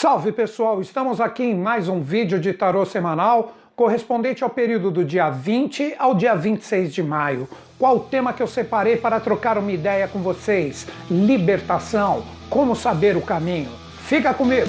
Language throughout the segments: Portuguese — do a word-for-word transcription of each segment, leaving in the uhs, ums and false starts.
Salve pessoal, estamos aqui em mais um vídeo de tarô semanal correspondente ao período do dia vinte ao dia vinte e seis de maio. Qual o tema que eu separei para trocar uma ideia com vocês? Libertação, como saber o caminho. Fica comigo!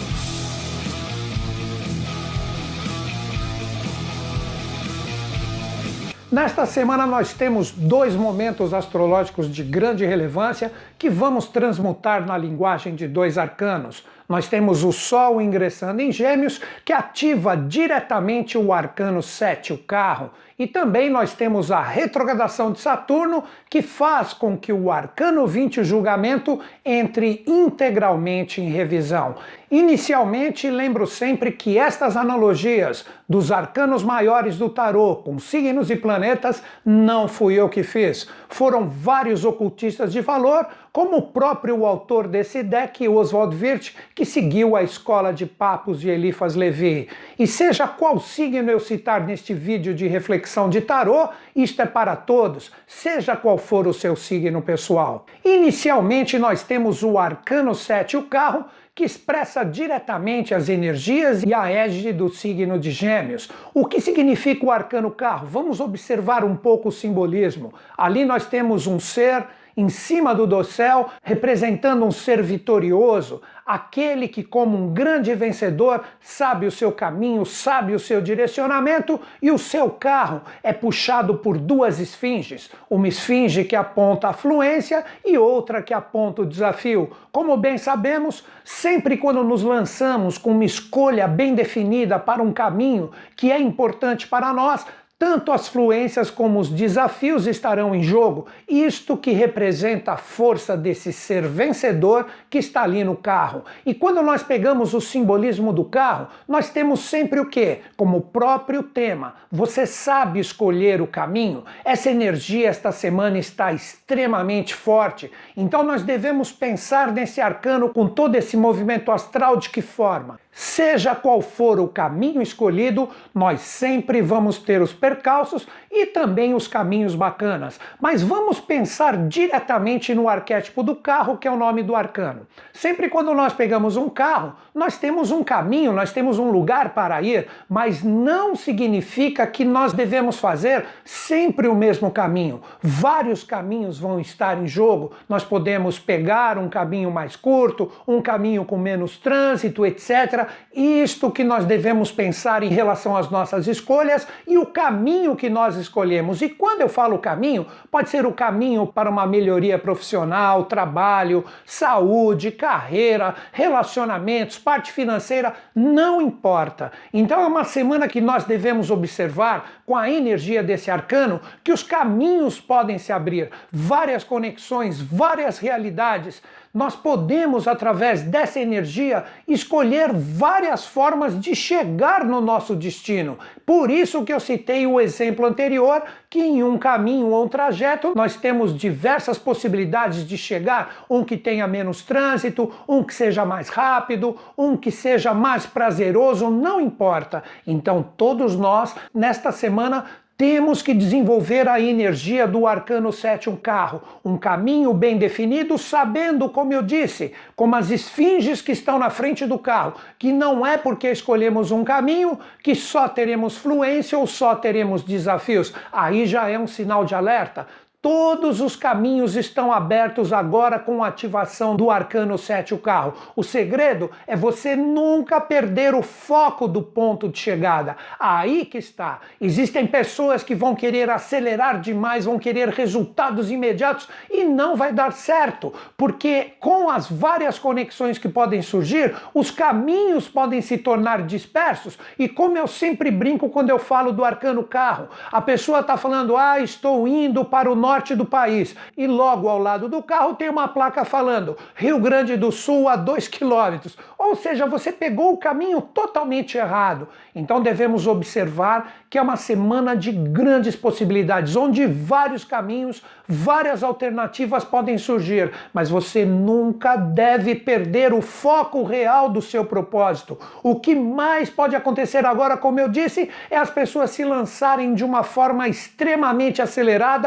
Nesta semana nós temos dois momentos astrológicos de grande relevância que vamos transmutar na linguagem de dois arcanos. Nós temos o Sol ingressando em Gêmeos, que ativa diretamente o arcano sete, o carro. E também nós temos a retrogradação de Saturno, que faz com que o arcano vinte, o julgamento, entre integralmente em revisão. Inicialmente, lembro sempre que estas analogias dos arcanos maiores do tarô com signos e planetas não fui eu que fiz. Foram vários ocultistas de valor, como o próprio autor desse deck, Oswald Wirth, que seguiu a escola de Papos de Eliphas Levi. E seja qual signo eu citar neste vídeo de reflexão de tarô, isto é para todos, seja qual for o seu signo pessoal. Inicialmente nós temos o arcano sete, o carro, que expressa diretamente as energias e a égide do signo de Gêmeos. O que significa o arcano carro? Vamos observar um pouco o simbolismo. Ali nós temos um ser em cima do dossel, representando um ser vitorioso, aquele que, como um grande vencedor, sabe o seu caminho, sabe o seu direcionamento, e o seu carro é puxado por duas esfinges, uma esfinge que aponta a fluência e outra que aponta o desafio. Como bem sabemos, sempre quando nos lançamos com uma escolha bem definida para um caminho que é importante para nós, tanto as fluências como os desafios estarão em jogo, isto que representa a força desse ser vencedor que está ali no carro. E quando nós pegamos o simbolismo do carro, nós temos sempre o quê? Como próprio tema, você sabe escolher o caminho? Essa energia esta semana está extremamente forte, então nós devemos pensar nesse arcano com todo esse movimento astral de que forma? Seja qual for o caminho escolhido, nós sempre vamos ter os percalços e também os caminhos bacanas. Mas vamos pensar diretamente no arquétipo do carro, que é o nome do arcano. Sempre quando nós pegamos um carro, nós temos um caminho, nós temos um lugar para ir, mas não significa que nós devemos fazer sempre o mesmo caminho. Vários caminhos vão estar em jogo. Nós podemos pegar um caminho mais curto, um caminho com menos trânsito, etcétera. Isto que nós devemos pensar em relação às nossas escolhas e o caminho que nós escolhemos. E quando eu falo caminho, pode ser o caminho para uma melhoria profissional, trabalho, saúde, carreira, relacionamentos, parte financeira, não importa. Então é uma semana que nós devemos observar, com a energia desse arcano, que os caminhos podem se abrir, várias conexões, várias realidades. Nós podemos, através dessa energia, escolher várias formas de chegar no nosso destino. Por isso que eu citei o exemplo anterior, que em um caminho ou um trajeto nós temos diversas possibilidades de chegar, um que tenha menos trânsito, um que seja mais rápido, um que seja mais prazeroso, não importa. Então todos nós, nesta semana, temos que desenvolver a energia do arcano sete, um carro, um caminho bem definido, sabendo, como eu disse, como as esfinges que estão na frente do carro, que não é porque escolhemos um caminho que só teremos fluência ou só teremos desafios. Aí já é um sinal de alerta. Todos os caminhos estão abertos agora com a ativação do arcano sete, o carro. O segredo é você nunca perder o foco do ponto de chegada. Aí que está. Existem pessoas que vão querer acelerar demais, vão querer resultados imediatos e não vai dar certo, porque com as várias conexões que podem surgir, os caminhos podem se tornar dispersos. E como eu sempre brinco quando eu falo do arcano carro, a pessoa está falando, ah, estou indo para o norte do país, e logo ao lado do carro tem uma placa falando Rio Grande do Sul a dois quilômetros, ou seja, você pegou o caminho totalmente errado. Então devemos observar que é uma semana de grandes possibilidades, onde vários caminhos, várias alternativas podem surgir, mas você nunca deve perder o foco real do seu propósito. O que mais pode acontecer agora, como eu disse, é as pessoas se lançarem de uma forma extremamente acelerada, não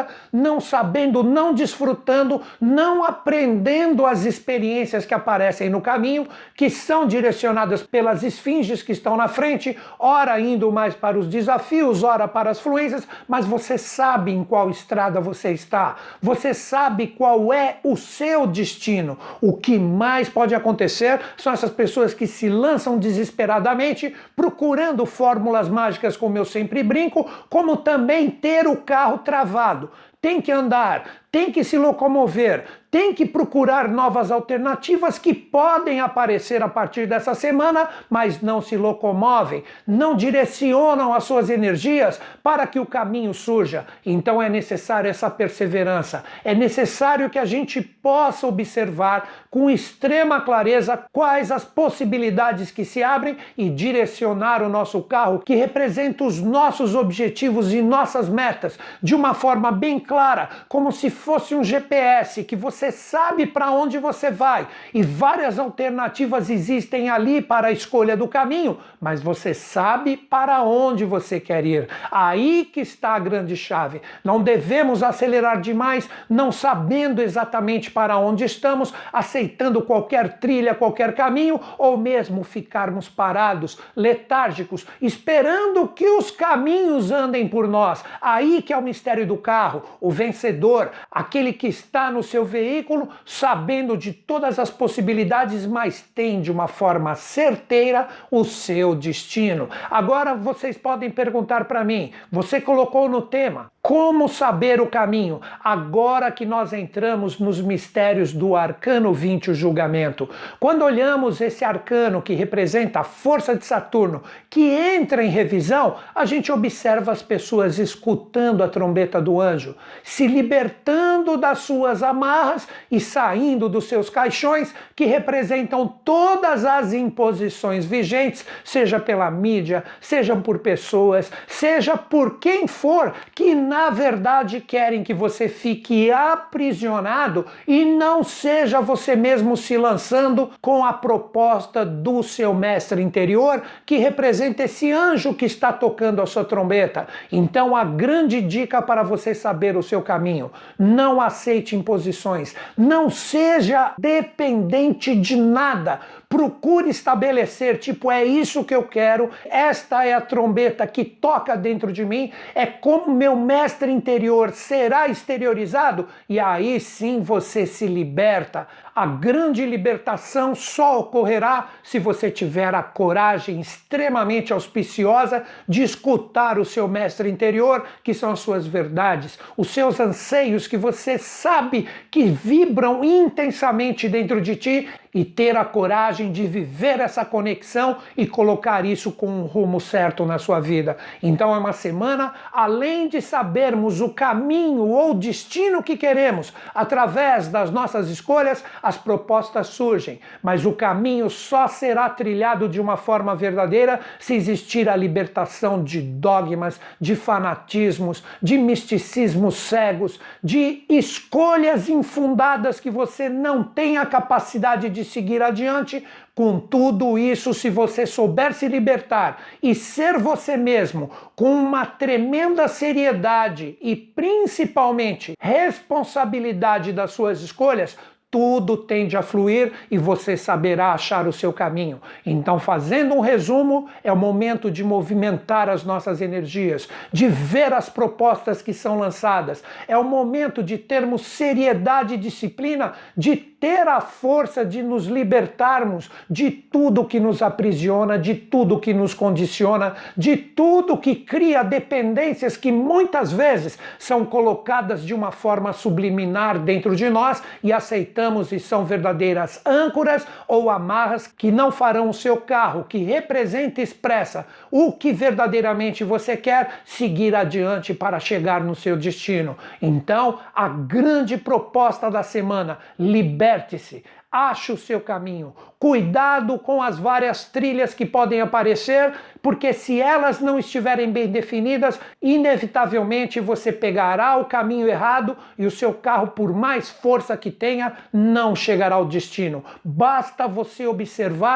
não sabendo, não desfrutando, não aprendendo as experiências que aparecem no caminho, que são direcionadas pelas esfinges que estão na frente, ora indo mais para os desafios, ora para as fluências, mas você sabe em qual estrada você está, você sabe qual é o seu destino. O que mais pode acontecer são essas pessoas que se lançam desesperadamente procurando fórmulas mágicas, como eu sempre brinco, como também ter o carro travado. Tem que andar, tem que se locomover, tem que procurar novas alternativas que podem aparecer a partir dessa semana, mas não se locomovem, não direcionam as suas energias para que o caminho surja. Então é necessário essa perseverança, é necessário que a gente possa observar com extrema clareza quais as possibilidades que se abrem e direcionar o nosso carro, que representa os nossos objetivos e nossas metas, de uma forma bem clara, como se fosse um G P S, que você sabe para onde você vai e várias alternativas existem ali para a escolha do caminho, mas você sabe para onde você quer ir. Aí que está a grande chave. Não devemos acelerar demais, não sabendo exatamente para onde estamos, aceitando qualquer trilha, qualquer caminho, ou mesmo ficarmos parados, letárgicos, esperando que os caminhos andem por nós. Aí que é o mistério do carro, o vencedor, aquele que está no seu veículo sabendo de todas as possibilidades, mas tem de uma forma certeira o seu destino. Agora vocês podem perguntar para mim, você colocou no tema, como saber o caminho? Agora que nós entramos nos mistérios do arcano vinte, o julgamento. Quando olhamos esse arcano que representa a força de Saturno, que entra em revisão, a gente observa as pessoas escutando a trombeta do anjo, se libertando das suas amarras e saindo dos seus caixões que representam todas as imposições vigentes, seja pela mídia, seja por pessoas, seja por quem for, que na verdade querem que você fique aprisionado e não seja você mesmo se lançando com a proposta do seu mestre interior, que representa esse anjo que está tocando a sua trombeta. Então a grande dica para você saber o seu caminho: não aceite imposições, não seja dependente de nada. Procure estabelecer, tipo, é isso que eu quero, esta é a trombeta que toca dentro de mim, é como meu mestre interior será exteriorizado, e aí sim você se liberta. A grande libertação só ocorrerá se você tiver a coragem extremamente auspiciosa de escutar o seu mestre interior, que são as suas verdades, os seus anseios que você sabe que vibram intensamente dentro de ti, e ter a coragem de viver essa conexão e colocar isso com um rumo certo na sua vida. Então é uma semana, além de sabermos o caminho ou destino que queremos, através das nossas escolhas, as propostas surgem, mas o caminho só será trilhado de uma forma verdadeira se existir a libertação de dogmas, de fanatismos, de misticismos cegos, de escolhas infundadas que você não tem a capacidade de seguir adiante. Com tudo isso, se você souber se libertar e ser você mesmo com uma tremenda seriedade e principalmente responsabilidade das suas escolhas, tudo tende a fluir e você saberá achar o seu caminho. Então, fazendo um resumo, é o momento de movimentar as nossas energias, de ver as propostas que são lançadas. É o momento de termos seriedade e disciplina, de ter a força de nos libertarmos de tudo que nos aprisiona, de tudo que nos condiciona, de tudo que cria dependências que muitas vezes são colocadas de uma forma subliminar dentro de nós e aceitamos e são verdadeiras âncoras ou amarras que não farão o seu carro, que representa e expressa o que verdadeiramente você quer, seguir adiante para chegar no seu destino. Então, a grande proposta da semana: liberte-se. Ache o seu caminho. Cuidado com as várias trilhas que podem aparecer, porque se elas não estiverem bem definidas, inevitavelmente você pegará o caminho errado e o seu carro, por mais força que tenha, não chegará ao destino. Basta você observar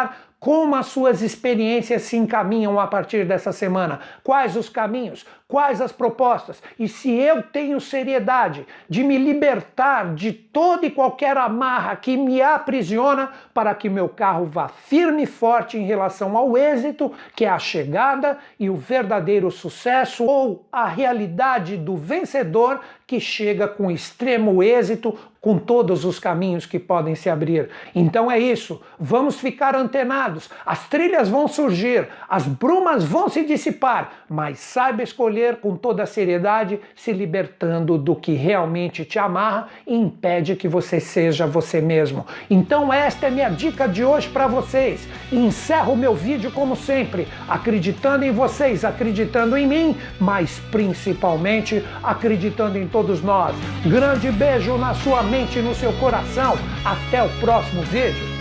Como as suas experiências se encaminham a partir dessa semana? Quais os caminhos? Quais as propostas? E se eu tenho seriedade de me libertar de toda e qualquer amarra que me aprisiona para que meu carro vá firme e forte em relação ao êxito, que é a chegada e o verdadeiro sucesso, ou a realidade do vencedor que chega com extremo êxito, com todos os caminhos que podem se abrir. Então é isso, vamos ficar antenados, as trilhas vão surgir, as brumas vão se dissipar, mas saiba escolher com toda a seriedade, se libertando do que realmente te amarra e impede que você seja você mesmo. Então esta é minha dica de hoje para vocês. Encerro o meu vídeo como sempre, acreditando em vocês, acreditando em mim, mas principalmente acreditando em todos nós. Grande beijo na sua mente e no seu coração. Até o próximo vídeo.